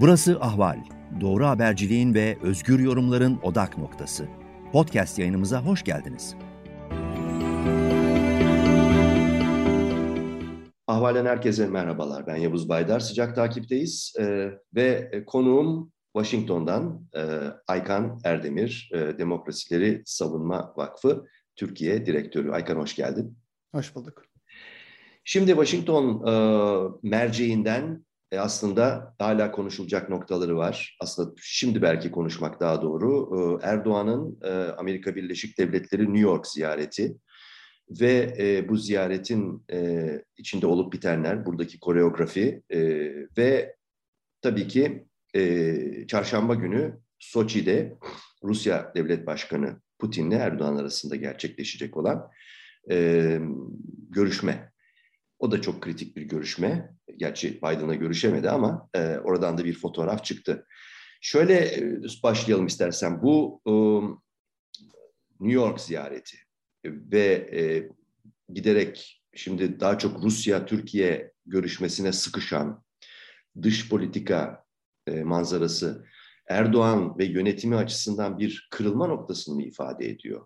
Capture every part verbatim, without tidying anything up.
Burası Ahval. Doğru haberciliğin ve özgür yorumların odak noktası. Podcast yayınımıza hoş geldiniz. Ahval'den herkese merhabalar. Ben Yavuz Baydar. Sıcak takipteyiz. Ee, ve konuğum Washington'dan e, Aykan Erdemir, e, Demokrasileri Savunma Vakfı Türkiye Direktörü. Aykan hoş geldin. Hoş bulduk. Şimdi Washington e, merceğinden e, aslında hala konuşulacak noktaları var. Aslında şimdi belki konuşmak daha doğru. E, Erdoğan'ın e, Amerika Birleşik Devletleri New York ziyareti ve e, bu ziyaretin e, içinde olup bitenler, buradaki koreografi e, ve tabii ki e, çarşamba günü Soçi'de Rusya Devlet Başkanı Putin'le Erdoğan arasında gerçekleşecek olan e, görüşme. O da çok kritik bir görüşme. Gerçi Biden'la görüşemedi ama e, oradan da bir fotoğraf çıktı. Şöyle e, başlayalım istersen. Bu e, New York ziyareti ve e, giderek şimdi daha çok Rusya-Türkiye görüşmesine sıkışan dış politika e, manzarası Erdoğan ve yönetimi açısından bir kırılma noktasını mı ifade ediyor?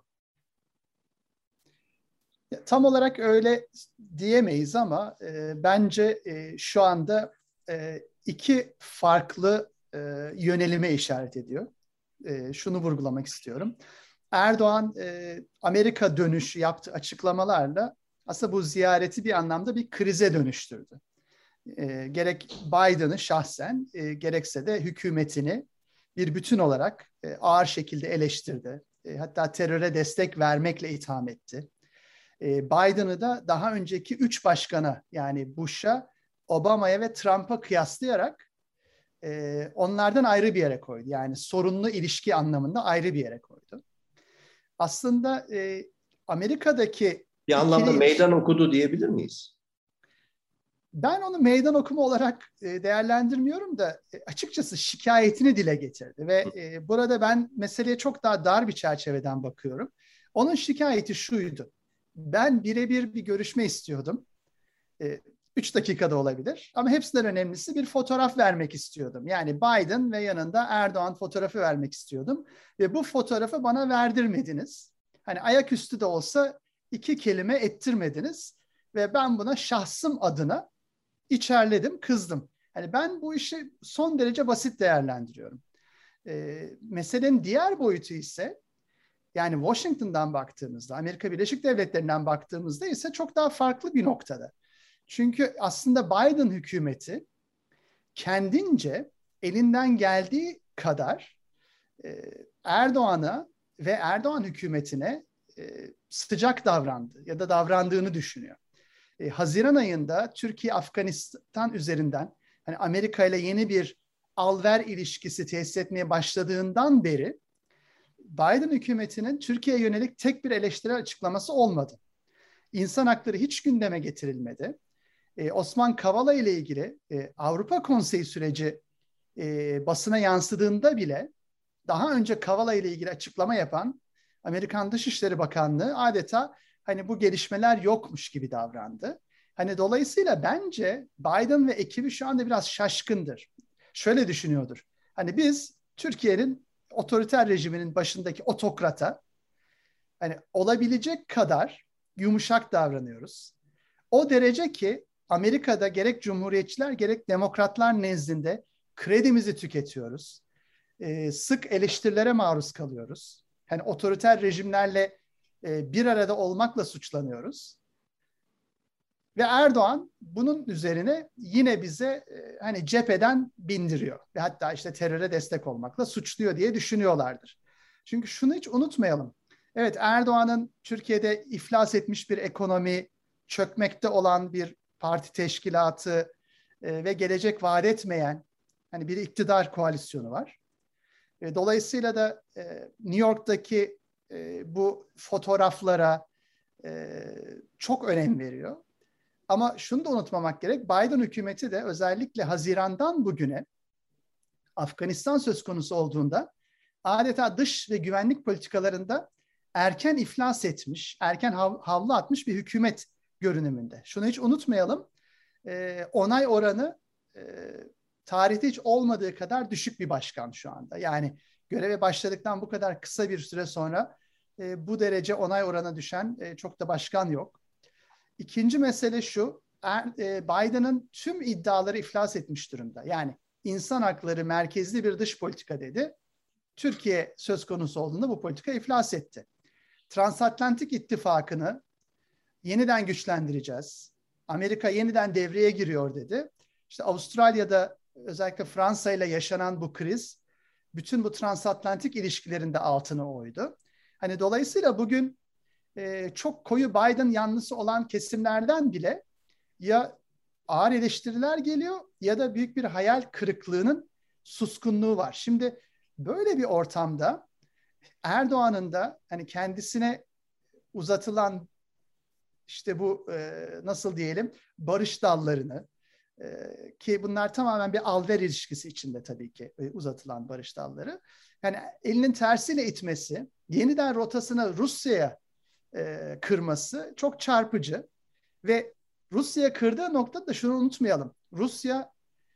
Tam olarak öyle diyemeyiz ama e, bence e, şu anda e, iki farklı e, yönelime işaret ediyor. E, şunu vurgulamak istiyorum. Erdoğan e, Amerika dönüşü yaptığı açıklamalarla aslında bu ziyareti bir anlamda bir krize dönüştürdü. E, gerek Biden'ı şahsen e, gerekse de hükümetini bir bütün olarak e, ağır şekilde eleştirdi. E, hatta teröre destek vermekle itham etti. Biden'ı da daha önceki üç başkana yani Bush'a, Obama'ya ve Trump'a kıyaslayarak e, onlardan ayrı bir yere koydu. Yani sorunlu ilişki anlamında ayrı bir yere koydu. Aslında e, Amerika'daki bir anlamda meydan okudu diyebilir miyiz? Ben onu meydan okuma olarak e, değerlendirmiyorum da e, açıkçası şikayetini dile getirdi ve e, burada ben meseleye çok daha dar bir çerçeveden bakıyorum. Onun şikayeti şuydu. Ben birebir bir görüşme istiyordum. E, üç dakikada olabilir. Ama hepsinden önemlisi bir fotoğraf vermek istiyordum. Yani Biden ve yanında Erdoğan fotoğrafı vermek istiyordum. Ve bu fotoğrafı bana verdirmediniz. Hani ayaküstü de olsa iki kelime ettirmediniz. Ve ben buna şahsım adına içerledim, kızdım. Hani ben bu işi son derece basit değerlendiriyorum. E, meselenin diğer boyutu ise yani Washington'dan baktığımızda, Amerika Birleşik Devletleri'nden baktığımızda ise çok daha farklı bir noktada. Çünkü aslında Biden hükümeti kendince elinden geldiği kadar e, Erdoğan'a ve Erdoğan hükümetine e, sıcak davrandı ya da davrandığını düşünüyor. E, Haziran ayında Türkiye-Afganistan üzerinden hani Amerika ile yeni bir al-ver ilişkisi tesis etmeye başladığından beri Biden hükümetinin Türkiye'ye yönelik tek bir eleştiri açıklaması olmadı. İnsan hakları hiç gündeme getirilmedi. Ee, Osman Kavala ile ilgili e, Avrupa Konseyi süreci e, basına yansıdığında bile daha önce Kavala ile ilgili açıklama yapan Amerikan Dışişleri Bakanlığı adeta hani bu gelişmeler yokmuş gibi davrandı. Hani dolayısıyla bence Biden ve ekibi şu anda biraz şaşkındır. Şöyle düşünüyordur. Hani biz Türkiye'nin otoriter rejiminin başındaki otokrata hani olabilecek kadar yumuşak davranıyoruz. O derece ki Amerika'da gerek cumhuriyetçiler gerek demokratlar nezdinde kredimizi tüketiyoruz. Ee, sık eleştirilere maruz kalıyoruz. Hani otoriter rejimlerle e, bir arada olmakla suçlanıyoruz. Ve Erdoğan bunun üzerine yine bize e, hani cepheden bindiriyor. Ve hatta işte teröre destek olmakla suçluyor diye düşünüyorlardır. Çünkü şunu hiç unutmayalım. Evet, Erdoğan'ın Türkiye'de iflas etmiş bir ekonomi, çökmekte olan bir parti teşkilatı e, ve gelecek vaat etmeyen hani bir iktidar koalisyonu var. E, dolayısıyla da e, New York'taki e, bu fotoğraflara e, çok önem veriyor. Ama şunu da unutmamak gerek, Biden hükümeti de özellikle Haziran'dan bugüne Afganistan söz konusu olduğunda adeta dış ve güvenlik politikalarında erken iflas etmiş, erken hav- havlu atmış bir hükümet görünümünde. Şunu hiç unutmayalım, e, onay oranı e, tarihte hiç olmadığı kadar düşük bir başkan şu anda. Yani göreve başladıktan bu kadar kısa bir süre sonra e, bu derece onay oranı düşen e, çok da başkan yok. İkinci mesele şu, e, Biden'ın tüm iddiaları iflas etmiş durumda. Yani insan hakları merkezli bir dış politika dedi. Türkiye söz konusu olduğunda bu politika iflas etti. Transatlantik ittifakını yeniden güçlendireceğiz. Amerika yeniden devreye giriyor dedi. İşte Avustralya'da özellikle Fransa ile yaşanan bu kriz bütün bu transatlantik ilişkilerin de altını oydu. Hani dolayısıyla bugün e, çok koyu Biden yanlısı olan kesimlerden bile ya ağır eleştiriler geliyor ya da büyük bir hayal kırıklığının suskunluğu var. Şimdi böyle bir ortamda Erdoğan'ın da hani kendisine uzatılan işte bu e, nasıl diyelim barış dallarını e, ki bunlar tamamen bir al-ver ilişkisi içinde tabii ki e, uzatılan barış dalları. Yani elinin tersiyle itmesi, yeniden rotasını Rusya'ya e, kırması çok çarpıcı ve Rusya'ya kırdığı noktada da şunu unutmayalım. Rusya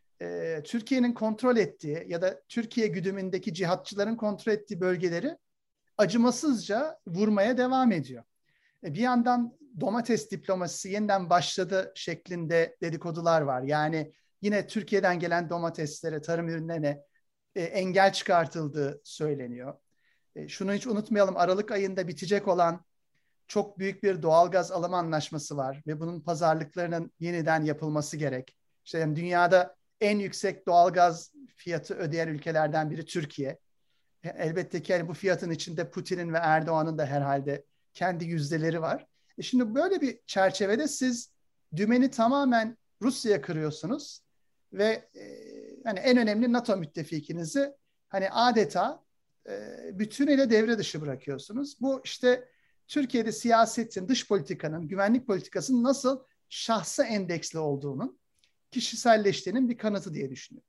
e, Türkiye'nin kontrol ettiği ya da Türkiye güdümündeki cihatçıların kontrol ettiği bölgeleri acımasızca vurmaya devam ediyor. E, bir yandan domates diplomasisi yeniden başladı şeklinde dedikodular var. Yani yine Türkiye'den gelen domateslere, tarım ürünlerine e, engel çıkartıldığı söyleniyor. E, şunu hiç unutmayalım, Aralık ayında bitecek olan çok büyük bir doğalgaz alım anlaşması var ve bunun pazarlıklarının yeniden yapılması gerek. İşte yani dünyada en yüksek doğalgaz fiyatı ödeyen ülkelerden biri Türkiye. Elbette ki yani bu fiyatın içinde Putin'in ve Erdoğan'ın da herhalde kendi yüzdeleri var. E şimdi böyle bir çerçevede siz dümeni tamamen Rusya'ya kırıyorsunuz ve e, hani en önemli NATO müttefikinizi hani adeta e, bütünüyle devre dışı bırakıyorsunuz. Bu işte Türkiye'de siyasetin, dış politikanın, güvenlik politikasının nasıl şahsa endeksli olduğunun, kişiselleştiğinin bir kanıtı diye düşünüyorum.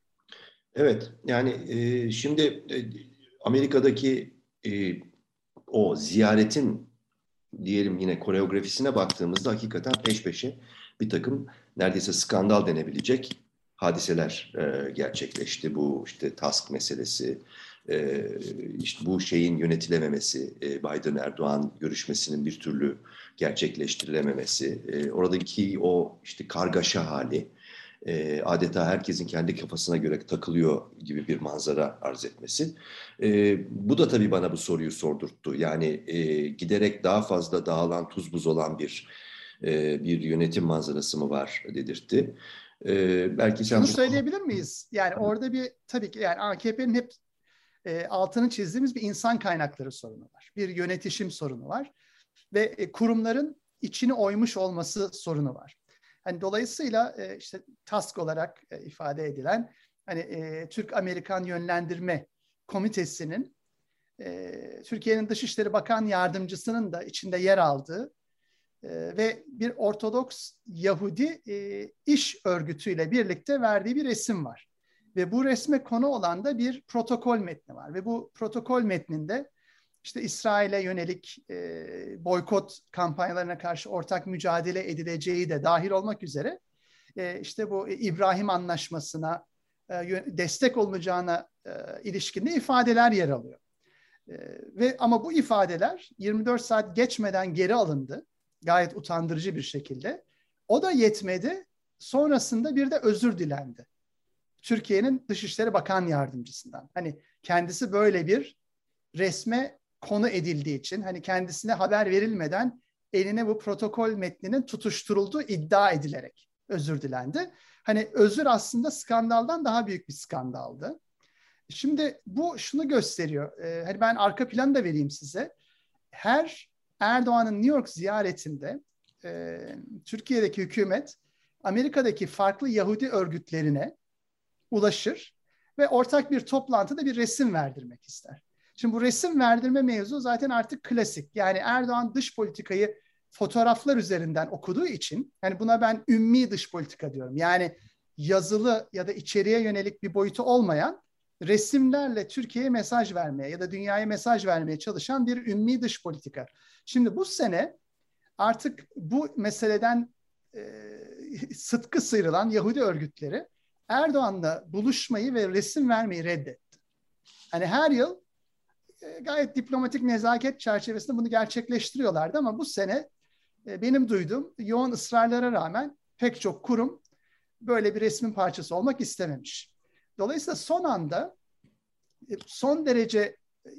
Evet, yani e, şimdi e, Amerika'daki e, o ziyaretin diyelim yine koreografisine baktığımızda hakikaten peş peşe bir takım neredeyse skandal denebilecek hadiseler e, gerçekleşti. Bu işte Tusk meselesi, e, işte bu şeyin yönetilememesi, e, Biden-Erdoğan görüşmesinin bir türlü gerçekleştirilememesi, e, oradaki o işte kargaşa hali, e, adeta herkesin kendi kafasına göre takılıyor gibi bir manzara arz etmesi. E, bu da tabii bana bu soruyu sordurttu. Yani e, giderek daha fazla dağılan, tuz buz olan bir e, bir yönetim manzarası mı var dedirtti. E, belki sen Şunu bu... söyleyebilir miyiz? Yani orada bir tabii ki yani A K P'nin hep e, altını çizdiğimiz bir insan kaynakları sorunu var. Bir yönetişim sorunu var ve e, kurumların içini oymuş olması sorunu var. Hani dolayısıyla e, işte task olarak e, ifade edilen hani e, Türk-Amerikan Yönlendirme Komitesi'nin e, Türkiye'nin Dışişleri Bakan Yardımcısının da içinde yer aldığı e, ve bir Ortodoks Yahudi e, iş örgütüyle birlikte verdiği bir resim var. Ve bu resme konu olan da bir protokol metni var. Ve bu protokol metninde işte İsrail'e yönelik e, boykot kampanyalarına karşı ortak mücadele edileceği de dahil olmak üzere e, işte bu İbrahim Anlaşması'na e, destek olunacağına e, ilişkin de ifadeler yer alıyor. E, ve ama bu ifadeler yirmi dört saat geçmeden geri alındı. Gayet utandırıcı bir şekilde. O da yetmedi. Sonrasında bir de özür dilendi. Türkiye'nin Dışişleri Bakan Yardımcısından. Hani kendisi böyle bir resme konu edildiği için hani kendisine haber verilmeden eline bu protokol metninin tutuşturulduğu iddia edilerek özür dilendi. Hani özür aslında skandaldan daha büyük bir skandaldı. Şimdi bu şunu gösteriyor. Ee, hani ben arka planı da vereyim size. Her Erdoğan'ın New York ziyaretinde e, Türkiye'deki hükümet Amerika'daki farklı Yahudi örgütlerine ulaşır ve ortak bir toplantıda bir resim verdirmek ister. Şimdi bu resim verdirme mevzu zaten artık klasik. Yani Erdoğan dış politikayı fotoğraflar üzerinden okuduğu için yani buna ben ümmi dış politika diyorum. Yani yazılı ya da içeriye yönelik bir boyutu olmayan resimlerle Türkiye'ye mesaj vermeye ya da dünyaya mesaj vermeye çalışan bir ümmi dış politika. Şimdi bu sene artık bu meseleden e, sıtkı sıyrılan Yahudi örgütleri Erdoğan'la buluşmayı ve resim vermeyi reddetti. Hani her yıl e, gayet diplomatik nezaket çerçevesinde bunu gerçekleştiriyorlardı ama bu sene e, benim duyduğum yoğun ısrarlara rağmen pek çok kurum böyle bir resmin parçası olmak istememiş. Dolayısıyla son anda e, son derece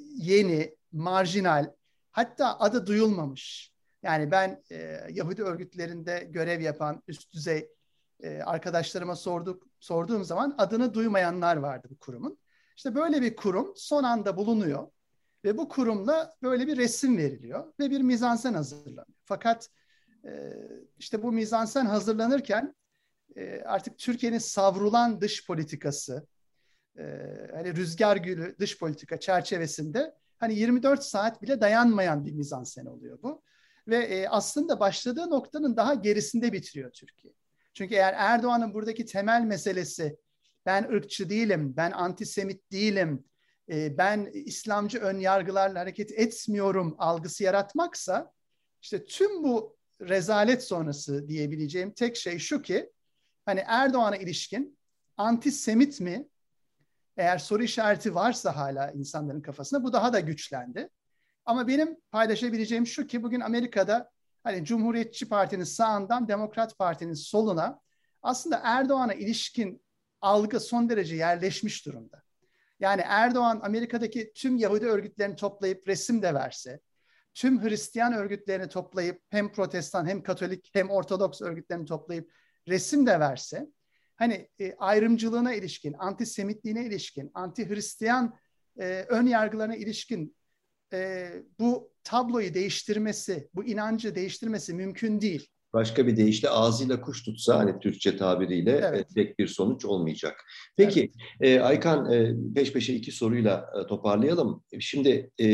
yeni, marjinal, hatta adı duyulmamış. Yani ben e, Yahudi örgütlerinde görev yapan üst düzey e, arkadaşlarıma sorduk, sorduğum zaman adını duymayanlar vardı bu kurumun. İşte böyle bir kurum son anda bulunuyor ve bu kurumla böyle bir resim veriliyor ve bir mizansen hazırlanıyor. Fakat e, işte bu mizansen hazırlanırken e, artık Türkiye'nin savrulan dış politikası, e, hani rüzgar gülü dış politika çerçevesinde hani yirmi dört saat bile dayanmayan bir mizansen oluyor bu. Ve e, aslında başladığı noktanın daha gerisinde bitiriyor Türkiye. Çünkü eğer Erdoğan'ın buradaki temel meselesi ben ırkçı değilim, ben antisemit değilim, e, ben İslamcı önyargılarla hareket etmiyorum algısı yaratmaksa işte tüm bu rezalet sonrası diyebileceğim tek şey şu ki hani Erdoğan'a ilişkin antisemit mi? Eğer soru işareti varsa hala insanların kafasında bu daha da güçlendi. Ama benim paylaşabileceğim şu ki bugün Amerika'da hani Cumhuriyetçi Parti'nin sağından Demokrat Parti'nin soluna aslında Erdoğan'a ilişkin algı son derece yerleşmiş durumda. Yani Erdoğan Amerika'daki tüm Yahudi örgütlerini toplayıp resim de verse, tüm Hristiyan örgütlerini toplayıp hem Protestan hem Katolik hem Ortodoks örgütlerini toplayıp resim de verse, hani e, ayrımcılığına ilişkin, antisemitliğine ilişkin, anti-Hristiyan e, ön yargılarına ilişkin e, bu tabloyu değiştirmesi, bu inancı değiştirmesi mümkün değil. Başka bir deyişle ağzıyla kuş tutsa hani Türkçe tabiriyle Evet. pek bir sonuç olmayacak. Peki evet. e, Aykan e, peş peşe iki soruyla e, toparlayalım. Şimdi e,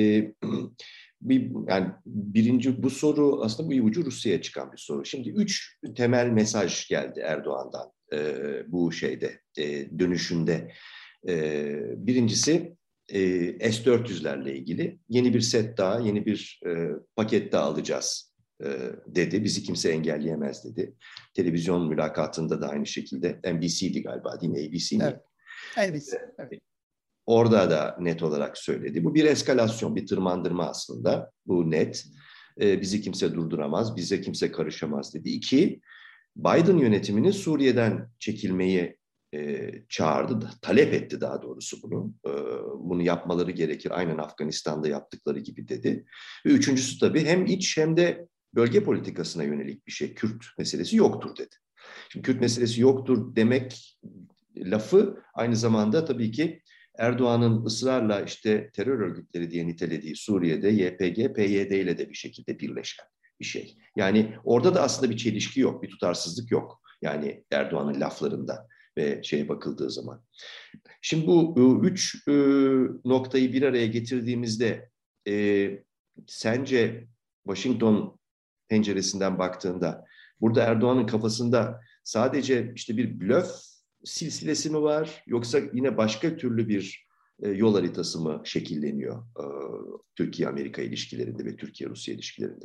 bir yani birinci bu soru aslında bu ucu Rusya'ya çıkan bir soru. Şimdi üç temel mesaj geldi Erdoğan'dan e, bu şeyde e, dönüşünde. E, birincisi e, S dört yüzlerle ilgili yeni bir set daha, yeni bir e, paket daha alacağız dedi. Bizi kimse engelleyemez dedi. Televizyon mülakatında da aynı şekilde. N B C'di galiba değil mi? A B C mi? Evet. N B C. Evet. Orada da net olarak söyledi. Bu bir eskalasyon, bir tırmandırma aslında. Bu net. Bizi kimse durduramaz, bize kimse karışamaz dedi. İki, Biden yönetiminin Suriye'den çekilmeyi e, çağırdı, talep etti daha doğrusu bunu. E, bunu yapmaları gerekir, aynen Afganistan'da yaptıkları gibi dedi. Ve üçüncüsü tabii hem iç hem de bölge politikasına yönelik bir şey. Kürt meselesi yoktur dedi. Şimdi Kürt meselesi yoktur demek lafı aynı zamanda tabii ki Erdoğan'ın ısrarla işte terör örgütleri diye nitelediği Suriye'de Y P G, P Y D ile de bir şekilde birleşen bir şey. Yani orada da aslında bir çelişki yok, bir tutarsızlık yok. Yani Erdoğan'ın laflarında ve şeye bakıldığı zaman. Şimdi bu üç e, noktayı bir araya getirdiğimizde e, sence Washington penceresinden baktığında burada Erdoğan'ın kafasında sadece işte bir blöf silsilesi mi var yoksa yine başka türlü bir e, yol haritası mı şekilleniyor e, Türkiye-Amerika ilişkilerinde ve Türkiye-Rusya ilişkilerinde?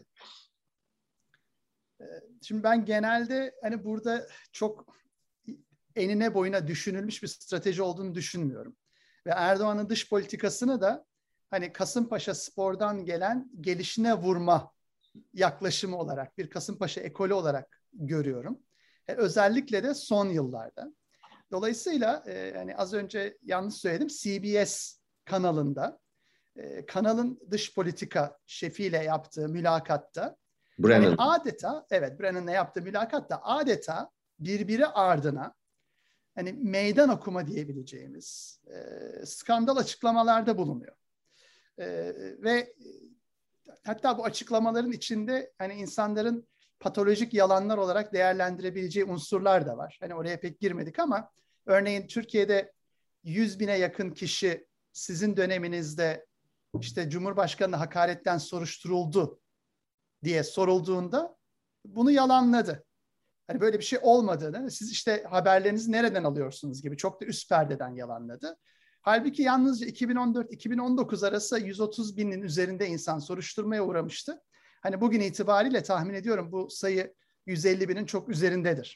Şimdi ben genelde hani burada çok enine boyuna düşünülmüş bir strateji olduğunu düşünmüyorum. Ve Erdoğan'ın dış politikasını da hani Kasımpaşa Spor'dan gelen gelişine vurma yaklaşımı olarak, bir Kasımpaşa ekolü olarak görüyorum. E, özellikle de son yıllarda. Dolayısıyla e, hani az önce yanlış söyledim, C B S kanalında e, kanalın dış politika şefiyle yaptığı mülakatta Brennan. hani adeta, evet Brennan'la yaptığı mülakatta adeta birbiri ardına hani meydan okuma diyebileceğimiz e, skandal açıklamalarda bulunuyor. E, ve hatta bu açıklamaların içinde hani insanların patolojik yalanlar olarak değerlendirebileceği unsurlar da var. Hani oraya pek girmedik ama örneğin Türkiye'de yüz bine yakın kişi sizin döneminizde işte Cumhurbaşkanı'na hakaretten soruşturuldu diye sorulduğunda bunu yalanladı. Hani böyle bir şey olmadığını, siz işte haberlerinizi nereden alıyorsunuz gibi çok da üst perdeden yalanladı. Halbuki yalnızca iki bin on dört iki bin on dokuz arası yüz otuz binin üzerinde insan soruşturmaya uğramıştı. Hani bugün itibariyle tahmin ediyorum bu sayı yüz elli binin çok üzerindedir.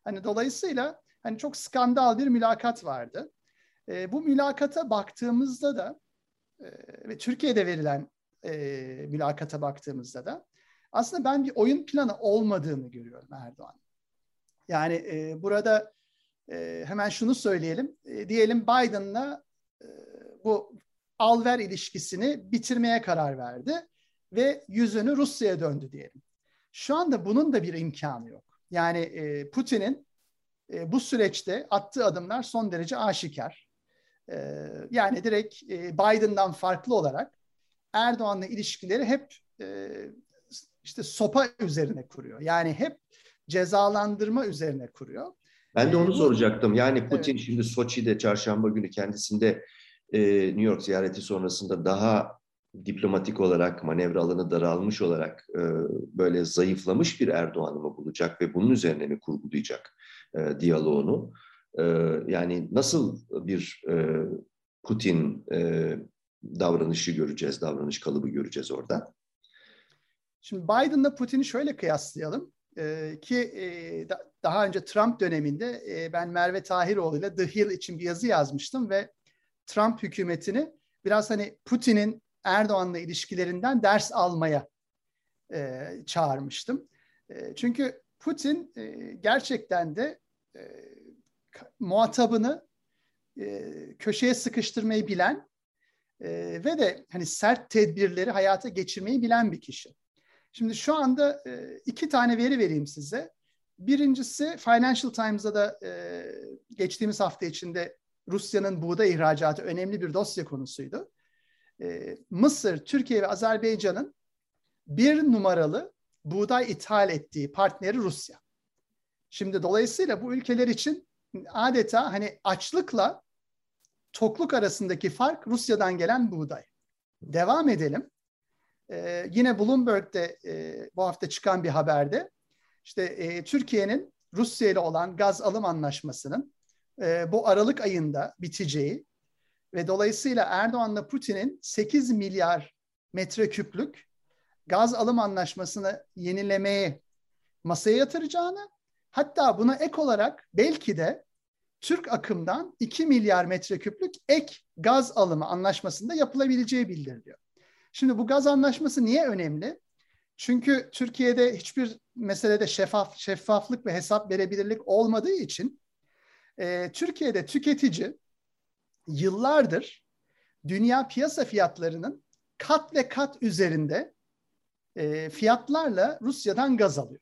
Hani dolayısıyla hani çok skandal bir mülakat vardı. E, bu mülakata baktığımızda da e, ve Türkiye'de verilen e, mülakata baktığımızda da aslında ben bir oyun planı olmadığını görüyorum Erdoğan. Yani e, burada e, hemen şunu söyleyelim. E, diyelim Biden'la e, bu al-ver ilişkisini bitirmeye karar verdi ve yüzünü Rusya'ya döndü diyelim. Şu anda bunun da bir imkanı yok. Yani e, Putin'in e, bu süreçte attığı adımlar son derece aşikar. E, yani direkt e, Biden'dan farklı olarak Erdoğan'la ilişkileri hep e, işte sopa üzerine kuruyor. Yani hep cezalandırma üzerine kuruyor. Ben de onu E, bu, soracaktım. Yani Putin evet. şimdi Soçi'de çarşamba günü kendisinde e, New York ziyareti sonrasında daha diplomatik olarak, manevra alanı daralmış olarak e, böyle zayıflamış bir Erdoğan'ı mı bulacak ve bunun üzerine mi kurgulayacak e, diyaloğunu? E, yani nasıl bir e, Putin e, davranışı göreceğiz, davranış kalıbı göreceğiz orada? Şimdi Biden'la Putin'i şöyle kıyaslayalım. Ee, ki e, da, daha önce Trump döneminde e, ben Merve Tahiroğlu'yla The Hill için bir yazı yazmıştım ve Trump hükümetini biraz hani Putin'in Erdoğan'la ilişkilerinden ders almaya e, çağırmıştım. E, çünkü Putin e, gerçekten de e, muhatabını e, köşeye sıkıştırmayı bilen e, ve de hani sert tedbirleri hayata geçirmeyi bilen bir kişi. Şimdi şu anda e, iki tane veri vereyim size. Birincisi Financial Times'da da e, geçtiğimiz hafta içinde Rusya'nın buğday ihracatı önemli bir dosya konusuydu. E, Mısır, Türkiye ve Azerbaycan'ın bir numaralı buğday ithal ettiği partneri Rusya. Şimdi dolayısıyla bu ülkeler için adeta hani açlıkla tokluk arasındaki fark Rusya'dan gelen buğday. Devam edelim. Ee, yine Bloomberg'de e, bu hafta çıkan bir haberde işte e, Türkiye'nin Rusya ile olan gaz alım anlaşmasının e, bu Aralık ayında biteceği ve dolayısıyla Erdoğan'la Putin'in sekiz milyar metreküplük gaz alım anlaşmasını yenilemeye masaya yatıracağını, hatta buna ek olarak belki de Türk akımdan iki milyar metreküplük ek gaz alımı anlaşmasında yapılabileceği bildiriliyor. Şimdi bu gaz anlaşması niye önemli? Çünkü Türkiye'de hiçbir meselede şeffaf, şeffaflık ve hesap verebilirlik olmadığı için e, Türkiye'de tüketici yıllardır dünya piyasa fiyatlarının kat ve kat üzerinde e, fiyatlarla Rusya'dan gaz alıyor.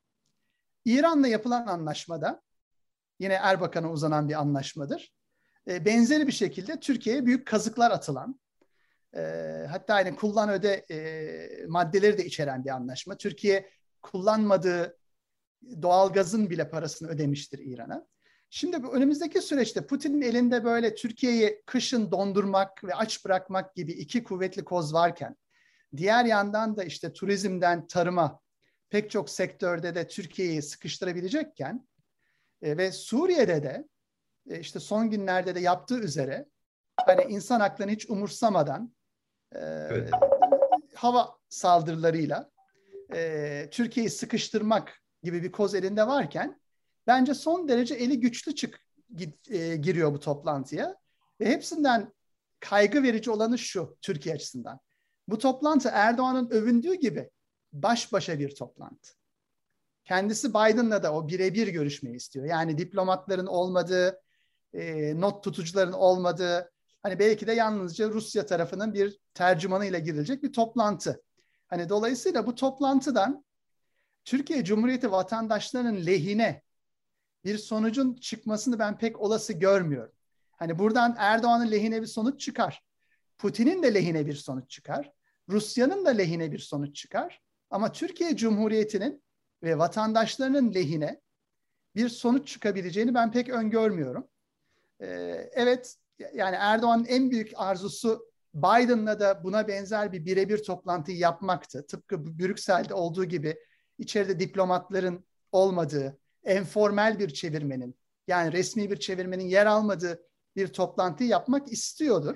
İran'la yapılan anlaşmada, yine Erbakan'a uzanan bir anlaşmadır. E, benzeri bir şekilde Türkiye'ye büyük kazıklar atılan, e, hatta yani kullan öde e, maddeleri de içeren bir anlaşma. Türkiye kullanmadığı doğalgazın bile parasını ödemiştir İran'a. Şimdi bu önümüzdeki süreçte Putin'in elinde böyle Türkiye'yi kışın dondurmak ve aç bırakmak gibi iki kuvvetli koz varken, diğer yandan da işte turizmden tarıma pek çok sektörde de Türkiye'yi sıkıştırabilecekken e, ve Suriye'de de e, işte son günlerde de yaptığı üzere hani insan haklarını hiç umursamadan e, Evet. hava saldırılarıyla e, Türkiye'yi sıkıştırmak gibi bir koz elinde varken bence son derece eli güçlü çık e, giriyor bu toplantıya ve hepsinden kaygı verici olanı şu Türkiye açısından. Bu toplantı Erdoğan'ın övündüğü gibi baş başa bir toplantı. Kendisi Biden'la da o birebir görüşmeyi istiyor. Yani diplomatların olmadığı, e, not tutucuların olmadığı, hani belki de yalnızca Rusya tarafının bir tercümanıyla girilecek bir toplantı. Hani dolayısıyla bu toplantıdan Türkiye Cumhuriyeti vatandaşlarının lehine bir sonucun çıkmasını ben pek olası görmüyorum. Hani buradan Erdoğan'ın lehine bir sonuç çıkar. Putin'in de lehine bir sonuç çıkar. Rusya'nın da lehine bir sonuç çıkar. Ama Türkiye Cumhuriyeti'nin ve vatandaşlarının lehine bir sonuç çıkabileceğini ben pek öngörmüyorum. Ee, evet, yani Erdoğan'ın en büyük arzusu Biden'la da buna benzer bir birebir toplantıyı yapmaktı. Tıpkı Brüksel'de olduğu gibi içeride diplomatların olmadığı, enformel bir çevirmenin, yani resmi bir çevirmenin yer almadığı bir toplantıyı yapmak istiyordur.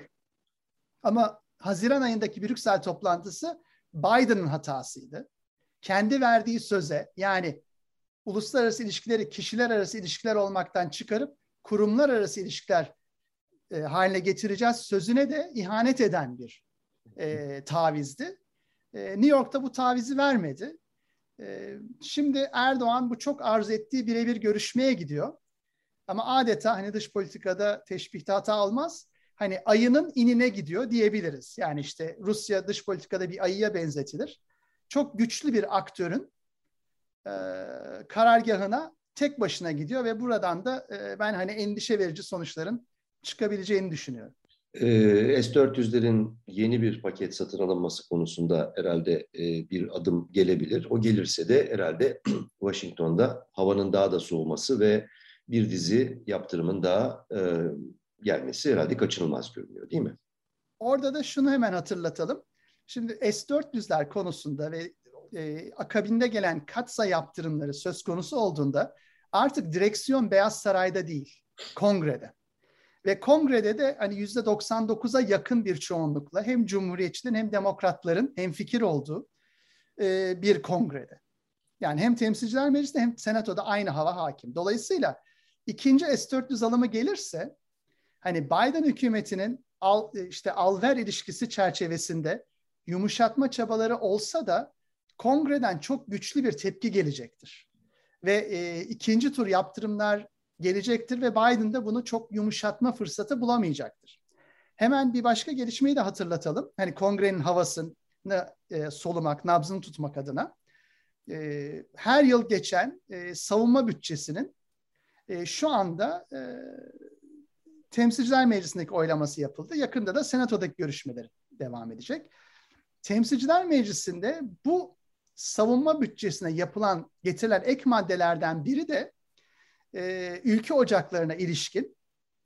Ama Haziran ayındaki Brüksel toplantısı Biden'ın hatasıydı. Kendi verdiği söze, yani uluslararası ilişkileri kişiler arası ilişkiler olmaktan çıkarıp kurumlar arası ilişkiler e, haline getireceğiz sözüne de ihanet eden bir e, tavizdi. E, New York'ta bu tavizi vermedi. E, şimdi Erdoğan bu çok arzu ettiği birebir görüşmeye gidiyor. Ama adeta hani dış politikada teşbihte hata olmaz. Hani ayının inine gidiyor diyebiliriz. Yani işte Rusya dış politikada bir ayıya benzetilir. Çok güçlü bir aktörün e, karargahına tek başına gidiyor ve buradan da e, ben hani endişe verici sonuçların çıkabileceğini düşünüyorum. S dört yüzlerin yeni bir paket satın alınması konusunda herhalde bir adım gelebilir. O gelirse de herhalde Washington'da havanın daha da soğuması ve bir dizi yaptırımın daha gelmesi herhalde kaçınılmaz görünüyor, değil mi? Orada da şunu hemen hatırlatalım. Şimdi S dört yüzler konusunda ve e, akabinde gelen katsa yaptırımları söz konusu olduğunda artık direksiyon Beyaz Saray'da değil, Kongrede. Ve Kongrede de hani yüzde doksan dokuza yakın bir çoğunlukla hem Cumhuriyetçilerin hem Demokratların hemfikir olduğu e, bir kongrede. Yani hem Temsilciler Meclisi'nde hem Senato'da aynı hava hakim. Dolayısıyla ikinci S dört yüz alımı gelirse hani Biden hükümetinin al, işte al-ver ilişkisi çerçevesinde yumuşatma çabaları olsa da Kongreden çok güçlü bir tepki gelecektir. Ve e, ikinci tur yaptırımlar gelecektir ve Biden de bunu çok yumuşatma fırsatı bulamayacaktır. Hemen bir başka gelişmeyi de hatırlatalım. Hani kongrenin havasını e, solumak, nabzını tutmak adına. E, her yıl geçen e, savunma bütçesinin e, şu anda e, Temsilciler Meclisi'ndeki oylaması yapıldı. Yakında da Senato'daki görüşmeleri devam edecek. Temsilciler Meclisi'nde bu savunma bütçesine yapılan, getirilen ek maddelerden biri de e, ülke ocaklarına ilişkin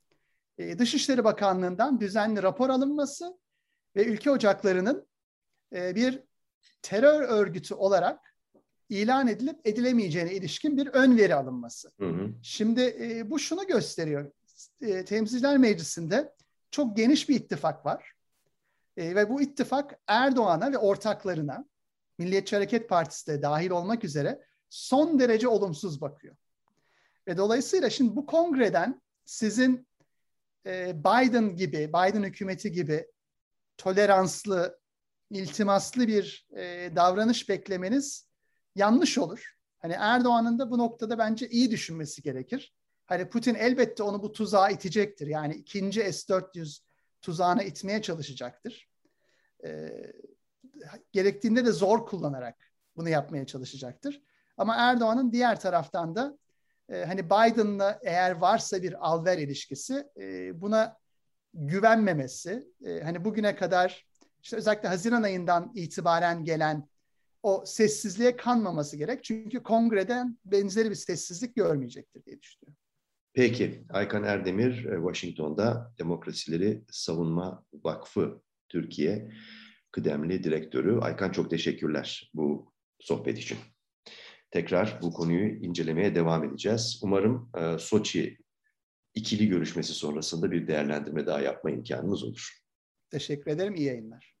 e, Dışişleri Bakanlığı'ndan düzenli rapor alınması ve ülke ocaklarının e, bir terör örgütü olarak ilan edilip edilemeyeceğine ilişkin bir ön veri alınması. Hı hı. Şimdi e, bu şunu gösteriyor. E, Temsilciler Meclisi'nde çok geniş bir ittifak var. E, ve bu ittifak Erdoğan'a ve ortaklarına, Milliyetçi Hareket Partisi de dahil olmak üzere son derece olumsuz bakıyor. Ve dolayısıyla şimdi bu kongreden sizin e, Biden gibi, Biden hükümeti gibi toleranslı, iltimaslı bir e, davranış beklemeniz yanlış olur. Hani Erdoğan'ın da bu noktada bence iyi düşünmesi gerekir. Hani Putin elbette onu bu tuzağa itecektir. Yani ikinci S dört yüz tuzağına itmeye çalışacaktır. E, gerektiğinde de zor kullanarak bunu yapmaya çalışacaktır. Ama Erdoğan'ın diğer taraftan da e, hani Biden'la eğer varsa bir al-ver ilişkisi e, buna güvenmemesi, e, hani bugüne kadar işte özellikle Haziran ayından itibaren gelen o sessizliğe kanmaması gerek. Çünkü kongreden benzeri bir sessizlik görmeyecektir diye düşünüyorum. Peki, Aykan Erdemir, Washington'da Demokrasileri Savunma Vakfı Türkiye kıdemli direktörü. Aykan, çok teşekkürler bu sohbet için. Tekrar bu konuyu incelemeye devam edeceğiz. Umarım e, Soçi ikili görüşmesi sonrasında bir değerlendirme daha yapma imkanımız olur. Teşekkür ederim, iyi yayınlar.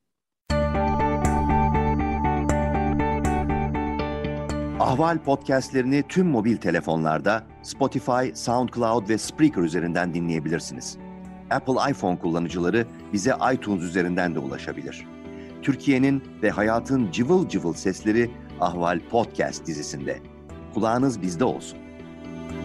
Ahval podcastlerini tüm mobil telefonlarda Spotify, SoundCloud ve Spreaker üzerinden dinleyebilirsiniz. Apple iPhone kullanıcıları bize iTunes üzerinden de ulaşabilir. Türkiye'nin ve hayatın cıvıl cıvıl sesleri Ahval Podcast dizisinde. Kulağınız bizde olsun.